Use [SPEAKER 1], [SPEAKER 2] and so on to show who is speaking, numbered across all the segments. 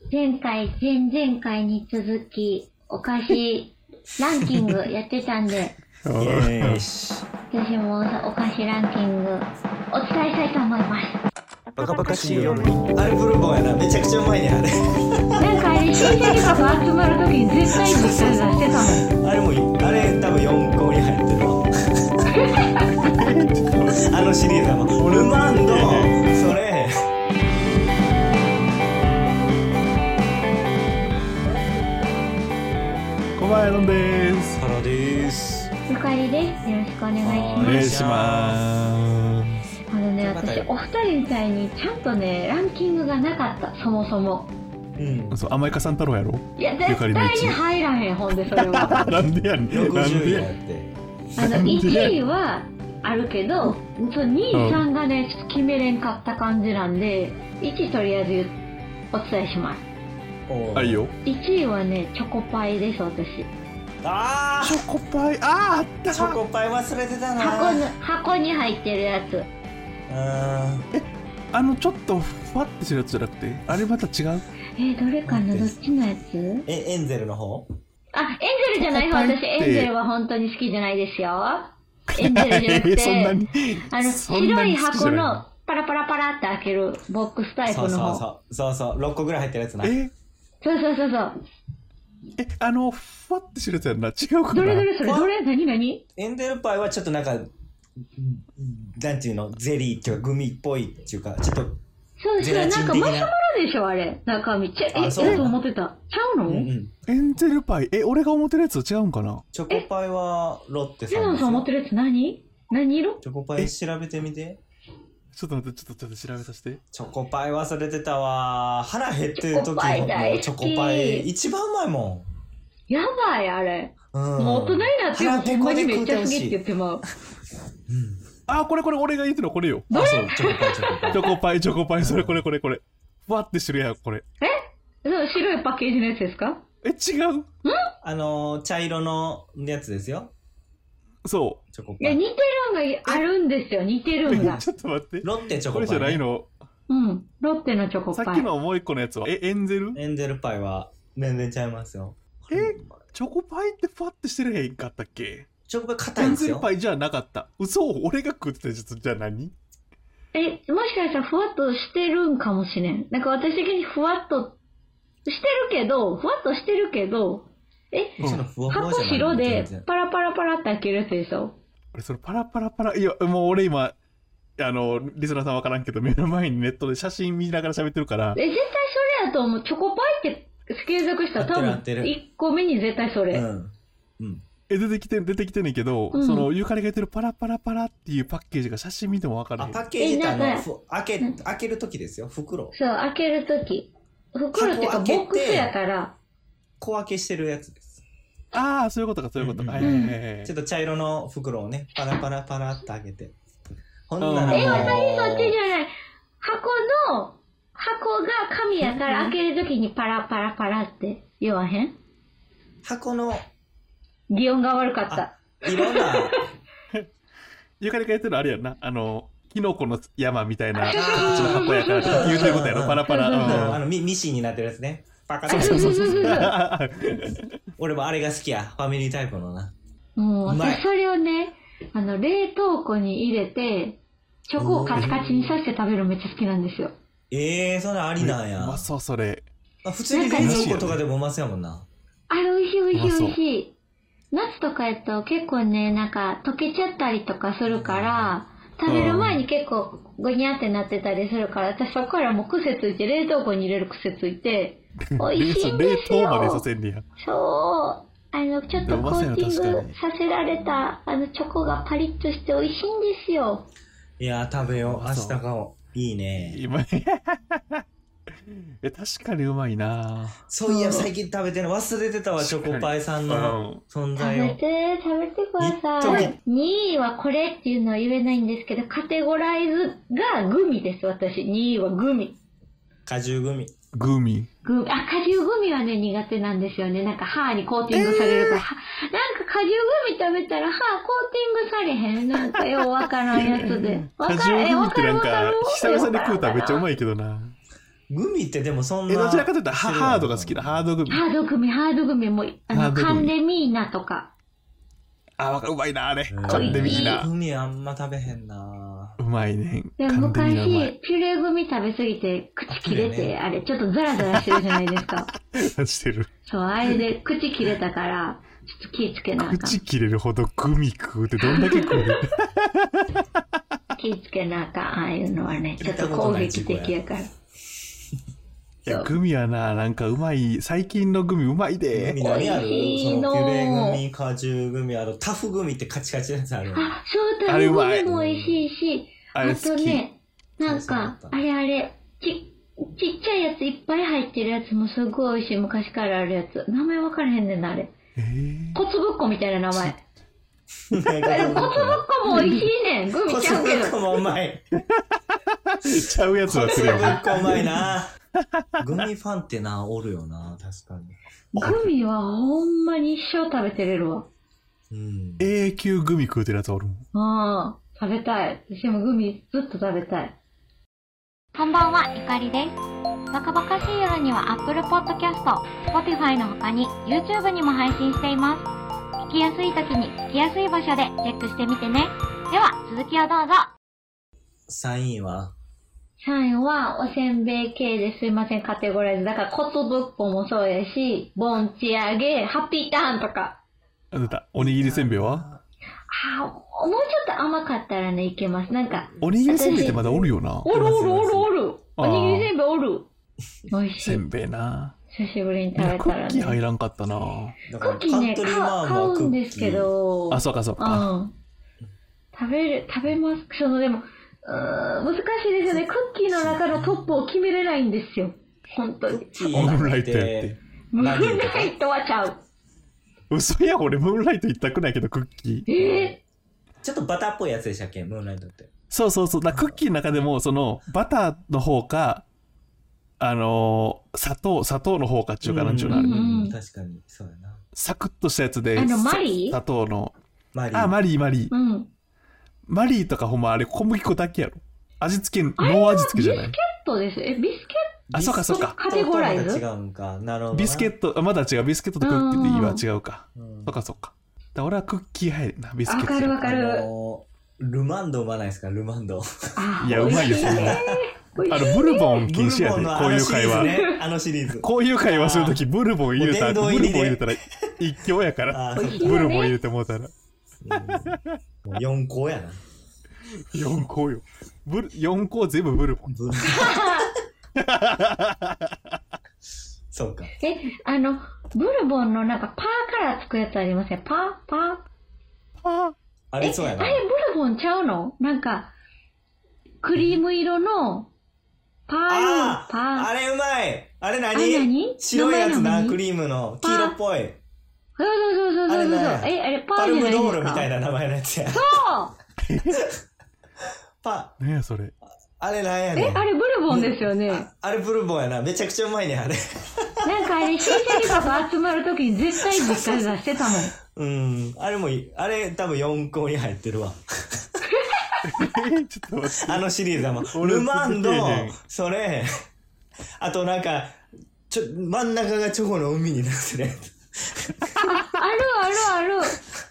[SPEAKER 1] 前回、前々回に続き、お菓子ランキングやってたんで、
[SPEAKER 2] よし。
[SPEAKER 1] 私もお菓子ランキングお伝えしたいと思います。
[SPEAKER 2] バカバカしいよ。あれブルボンやな。めちゃくちゃうまいねあれ。
[SPEAKER 1] なんかあれ、親戚とか集まるときに絶対に出してたもん。
[SPEAKER 2] あれ多分4個に入ってるわ。あのシリーズはルマンド、それ。
[SPEAKER 3] 小林のんです。
[SPEAKER 2] ハロです。
[SPEAKER 1] ゆかりです。よろしくお願いし
[SPEAKER 3] お
[SPEAKER 1] ます。
[SPEAKER 3] 願いします。
[SPEAKER 1] 私、お二人みたいにちゃんとね、ランキングがなかった、そもそも。
[SPEAKER 3] そう甘いかさん太郎やろ。
[SPEAKER 1] いや、絶対に入らへん、ほんで、それは。
[SPEAKER 3] なんでやねん。
[SPEAKER 2] 60位やって。
[SPEAKER 1] 1位はあるけど、2位、3がね、ちょっと決めれんかった感じなんで、1位とりあえずお伝えします。
[SPEAKER 3] あ、いいよ。
[SPEAKER 1] 1位はね、チョコパイです、私。
[SPEAKER 3] チョコパイ、あった。
[SPEAKER 2] チョコパイ忘れてたな。
[SPEAKER 1] 箱に入ってるやつ。
[SPEAKER 3] ちょっとふわってするやつじゃなくて、あれまた違う？
[SPEAKER 1] どれかな、どっちのやつ？
[SPEAKER 2] エンゼルの方？
[SPEAKER 1] あ、エンゼルじゃない方、私エンゼルは本当に好きじゃないですよ。エンゼルじゃなくて、白い箱のパラパラパラって開けるボックスタイプの方。
[SPEAKER 2] そう、6個ぐらい入ってるやつな。
[SPEAKER 1] そう。
[SPEAKER 3] ふわってするやつやんな。違うかな。
[SPEAKER 1] どれ何？
[SPEAKER 2] エンゼルパイはちょっとなんか、なんていうの、ゼリーっていうかグミっぽいっていうか、ちょっと
[SPEAKER 1] そうなんかマシュマロでしょあれ、中身。そう思ってた。ちゃうの？
[SPEAKER 3] エンゼルパイ、俺が思ってるやつと違うんかな。
[SPEAKER 2] チョコパイはロッテさんですよ。
[SPEAKER 1] レナさん思ってるやつ何色？
[SPEAKER 2] チョコパイ調べてみて。
[SPEAKER 3] ちょっと待って、ちょっと調べさせて。
[SPEAKER 2] チョコパイ忘れてたわ。腹減ってる時もチョコパイ一番うまいも
[SPEAKER 1] ん。やばいあれ。もう大人になってもほんまにめっちゃ好きって言ってまう。
[SPEAKER 3] これ俺が言ってるのこれよ。
[SPEAKER 2] そう、チョコパイ。
[SPEAKER 3] それこれ。ふわってしてるやん、これ。
[SPEAKER 1] 白いパッケージのやつですか？
[SPEAKER 3] 違う？
[SPEAKER 2] 茶色のやつですよ。
[SPEAKER 3] そう。
[SPEAKER 2] チョコパイ。
[SPEAKER 1] いや、似てるんがあるんですよ、似てるんが。
[SPEAKER 3] ちょっと待って。
[SPEAKER 2] ロッテチョコパイ、
[SPEAKER 3] これじゃないの？
[SPEAKER 1] ロッテのチョコパイ。
[SPEAKER 3] さっきのもう一個のやつはエンゼル
[SPEAKER 2] パイは全然ちゃいますよ。
[SPEAKER 3] チョコパイってふわってしてるへんかったっけ？
[SPEAKER 2] チョコパイ硬いんですよ。
[SPEAKER 3] エンゼルパイじゃなかった。嘘、俺が食ってたやつじゃ何？
[SPEAKER 1] もしかしたらふわっとしてるんかもしれん。なんか私的にふわっとしてるけど、箱白でパラパラパラって開けるやつでしょ？
[SPEAKER 3] それパラパラパラ、いや、もう俺今、リスナーさんわからんけど、目の前にネットで写真見ながら喋ってるから。
[SPEAKER 1] 絶対それやと思う。チョコパイって継続したら多分、1個目に絶対それ。
[SPEAKER 3] 出てきてんねんけど、ゆかりが言ってるパラパラパラっていうパッケージが写真見てもわからへん。
[SPEAKER 2] パッケージって開けるときですよ、袋。
[SPEAKER 1] そう、開けるとき。袋っていうかボックスやから。
[SPEAKER 2] 小分けしてるやつです。
[SPEAKER 3] そういうことか。ちょ
[SPEAKER 2] っと茶色の袋をね、パラパラパラって開けて。ほんならもう。
[SPEAKER 1] 私そっちじゃない。箱が紙やから開けるときにパラパラパラって言わへん？
[SPEAKER 2] 箱の
[SPEAKER 1] 擬音が悪かった。
[SPEAKER 2] いろんな。
[SPEAKER 3] ゆかりが言ってるのあれやんな。キノコの山みたいな形の箱やから言うてることやろ。パラパラ。
[SPEAKER 2] ミシンになってるやつね。パカッ。
[SPEAKER 3] そう。
[SPEAKER 2] 俺もあれが好きや。ファミリータイプのな。
[SPEAKER 1] もう私それをね、冷凍庫に入れて、チョコをカチカチにさせて食べるのめっちゃ好きなんですよ。
[SPEAKER 2] それありなんや。
[SPEAKER 3] うまそう、それ。
[SPEAKER 2] 普通に冷蔵庫とかでもうまそうやもんな。
[SPEAKER 1] 美味しい。夏とかやと結構ね、なんか溶けちゃったりとかするから、食べる前に結構ゴニャってなってたりするから、私そこからもう癖ついて、冷凍庫に入れる癖ついて、美味しいんですよ。
[SPEAKER 3] 冷凍までさせんねや。
[SPEAKER 1] そう。ちょっとコーティングさせられた、チョコがパリッとして美味しいんですよ。
[SPEAKER 2] いやー、食べよう。明日買おう。いいね。
[SPEAKER 3] 確かにうまいな。
[SPEAKER 2] そういや、最近食べてるの忘れてたわ、チョコパイさんの存在を。
[SPEAKER 1] 食べてください。2位はこれっていうのは言えないんですけど、カテゴライズがグミです、私。2位はグミ。
[SPEAKER 2] 果汁グミ。
[SPEAKER 3] グミ。
[SPEAKER 1] 果汁グミはね、苦手なんですよね。なんか歯にコーティングされるから。なんか果汁グミ食べたら歯コーティングされへん。なんかようわからんやつで。
[SPEAKER 3] 果汁グミってなんか、久々に食うたらめっちゃうまいけどな。
[SPEAKER 2] グミってでもそんな。
[SPEAKER 3] どちらかというとハードが好きだ。ハードグミ。
[SPEAKER 1] ハードグミも、カンデミーナとか。
[SPEAKER 3] あ、わかる。うまいな、あれ。カンデミーナ。
[SPEAKER 2] グミあんま食べへんな。
[SPEAKER 3] うまいね。
[SPEAKER 1] でも昔、ピュレグミ食べすぎて、口切れて、あれ、ちょっとザラザラしてるじゃないですか。
[SPEAKER 3] してる。
[SPEAKER 1] そう、あれで口切れたから、ちょっと気ぃつけなあかん。
[SPEAKER 3] 口切れるほどグミ食うってどんだけ食う
[SPEAKER 1] 気ぃつけなあかん、ああいうのはね。ちょっと攻撃的やから。
[SPEAKER 3] いや、グミはな、なんかうまい。最近のグミうまいで。
[SPEAKER 2] グミ何ある？そのピュレグミ、果汁グミ、タフグミってカチカチのやつある。
[SPEAKER 1] あ、そうだ、グミも美味しいし、あとね、なんか、あれ、ちっちゃいやついっぱい入ってるやつもすごい美味しい。昔からあるやつ。名前分からへんねんな、あれ。コツぶっこみたいな名前。コツぶっこも美味しいねん。グミちゃうけど。コツぶっこもうまい。
[SPEAKER 3] ちゃうやつはするよ。
[SPEAKER 2] コツぶっこうまいな。グミファンってな、おるよな、確かに。
[SPEAKER 1] グミはほんまに一生食べてれるわ。
[SPEAKER 2] うん。
[SPEAKER 3] 永久グミ食うてるやつおるもん。
[SPEAKER 1] ああ、食べたい。私もグミずっと食べたい。こんばんは、ゆかりです。バカバカしい夜には Apple Podcast、Spotify の他に YouTube にも配信しています。聞きやすい時に聞きやすい場所でチェックしてみてね。では、続きをどうぞ。
[SPEAKER 2] 3位は
[SPEAKER 1] おせんべい系ですいません、カテゴライズ。だから、コツぶっこもそうやし、ボンチ揚げ、ハッピーターンとか。
[SPEAKER 3] 出た。おにぎりせんべいは？
[SPEAKER 1] もうちょっと甘かったらね、いけます。なんか。
[SPEAKER 3] おにぎりせんべいってまだおるよな。
[SPEAKER 1] おる。おにぎりせんべいおる。美味しい。
[SPEAKER 3] せんべいな。
[SPEAKER 1] 久しぶりに食べたらね。
[SPEAKER 3] クッキー入らんかったな。
[SPEAKER 1] クッキーね、買うんですけど。
[SPEAKER 3] あ、そうか。
[SPEAKER 1] 食べます。でも、難しいですよね。クッキーの中のトップを決めれないんですよ。本当に。
[SPEAKER 3] ムーンライトやって。
[SPEAKER 1] ムーンライトはちゃう。
[SPEAKER 3] 嘘や、俺ムーンライト一択ないけど、クッキ
[SPEAKER 2] ー。ちょっとバターっぽいやつでしたっけ、ムーンライトって。
[SPEAKER 3] そう。だクッキーの中でも、バターの方か、砂糖の方かっていうかなんちゅうのある。
[SPEAKER 2] 確かに、そうやな。
[SPEAKER 3] サクッとしたやつで、
[SPEAKER 1] マリー？
[SPEAKER 3] 砂糖の。
[SPEAKER 2] マリー。
[SPEAKER 3] マリー。
[SPEAKER 1] うん。
[SPEAKER 3] マリーとかほんまあれ小麦粉だけやろ。味付け、ノー味付けじゃない？
[SPEAKER 1] ビスケットです。ビスケット？
[SPEAKER 3] あ、そうか。
[SPEAKER 1] カテゴライズ？
[SPEAKER 2] 違うんか。なるほど。
[SPEAKER 3] ビスケット、まだ違う。ビスケットとクッキーって言いは違うか。そうか。俺はクッキー入るな、ビスケット。
[SPEAKER 1] わかる。
[SPEAKER 2] ルマンドうまないですか、ルマンド。
[SPEAKER 3] いや、うまいよ、そんな。ブルボン禁止やで、こういう会話。
[SPEAKER 2] あのシリーズ。
[SPEAKER 3] こういう会話するとき、ブルボン入れたら一強やから。ブルボン入れてもうたら。
[SPEAKER 2] もう4個やな。
[SPEAKER 3] 4個よ。4個全部ブルボン。
[SPEAKER 2] そうか。
[SPEAKER 1] ブルボンのなんかパーからつくやつありません？パー
[SPEAKER 2] あれそうやな。
[SPEAKER 1] あれブルボンちゃうの？なんか、クリーム色の
[SPEAKER 2] あれうまい。あれ何？白いやつな、クリームの。黄色っぽい。
[SPEAKER 1] そう。あれパルムドール
[SPEAKER 2] みたいな名前のやつや。
[SPEAKER 1] そう
[SPEAKER 3] ねえ、それ。
[SPEAKER 2] あれなんやねん。
[SPEAKER 1] あれブルボンですよね。
[SPEAKER 2] あれブルボンやな。めちゃくちゃうまいね、あれ。
[SPEAKER 1] なんかあれ、親戚とか集まるときに絶対実家で出してたもん。
[SPEAKER 2] あれ多分4個に入ってるわ。
[SPEAKER 3] ちょっと待って。
[SPEAKER 2] あのシリーズはもう、ルマンド、それ、あとなんか、真ん中がチョコの海になってる。
[SPEAKER 1] ある。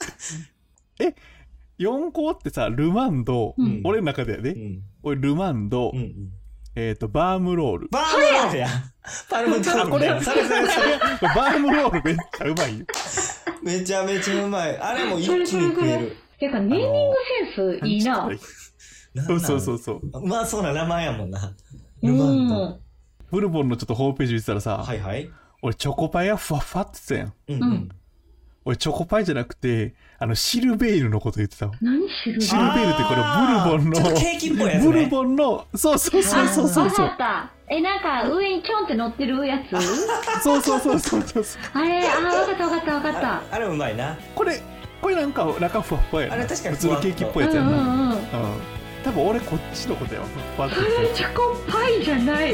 [SPEAKER 3] 4個ってさ、ルマンド、俺の中でやで。俺、ルマンド、バームロール。
[SPEAKER 2] バームロールや。パルムドールみたいな。それ。
[SPEAKER 3] バームロールめっちゃうまいよ。
[SPEAKER 2] めちゃめちゃうまい。あれも一気に食える。
[SPEAKER 1] てか、ネーミングセンスいいな。
[SPEAKER 3] そう。
[SPEAKER 2] うまそうな名前やもんな。ルマンド。
[SPEAKER 3] ブルボンのちょっとホームページ見てたらさ、俺チョコパイやふわふわって言ってたやん。俺チョコパイじゃなくて、シルベールのこと言ってたわ。
[SPEAKER 1] 何シルベール？
[SPEAKER 3] シルベールってこれブルボンの、
[SPEAKER 2] ケーキっぽいやつね。
[SPEAKER 3] ブルボンの、そう。
[SPEAKER 1] わかった。なんか上にちょんって乗ってるやつ？
[SPEAKER 3] そう。
[SPEAKER 1] あれ、わかった。
[SPEAKER 2] あれうまいな。
[SPEAKER 3] これなんか中ふわふわやな。
[SPEAKER 2] あれ確かに
[SPEAKER 3] 普通のケーキっぽいやつやな。多分俺こっちのことやわ。ふわって。
[SPEAKER 1] それチョコパイじゃない。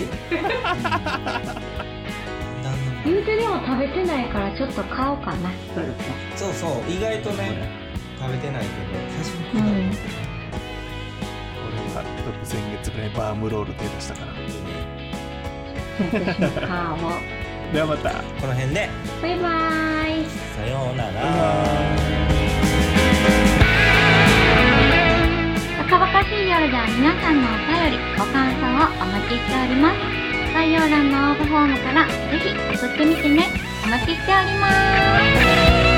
[SPEAKER 1] 言うてでも食べてないからちょっと買おうかな。
[SPEAKER 2] そう意外とね食べてないけど初めてだ。
[SPEAKER 3] 俺はちょっと先月ぐらいバームロール手出したから。
[SPEAKER 1] 私の顔を。
[SPEAKER 3] ではまた
[SPEAKER 2] この辺で
[SPEAKER 1] バイバイ。
[SPEAKER 2] さようなら。
[SPEAKER 1] バカバカしい夜では皆さんのお便りご感想をお待ちしております。概要欄の応募フォームからぜひ送ってみてね。お待ちしております。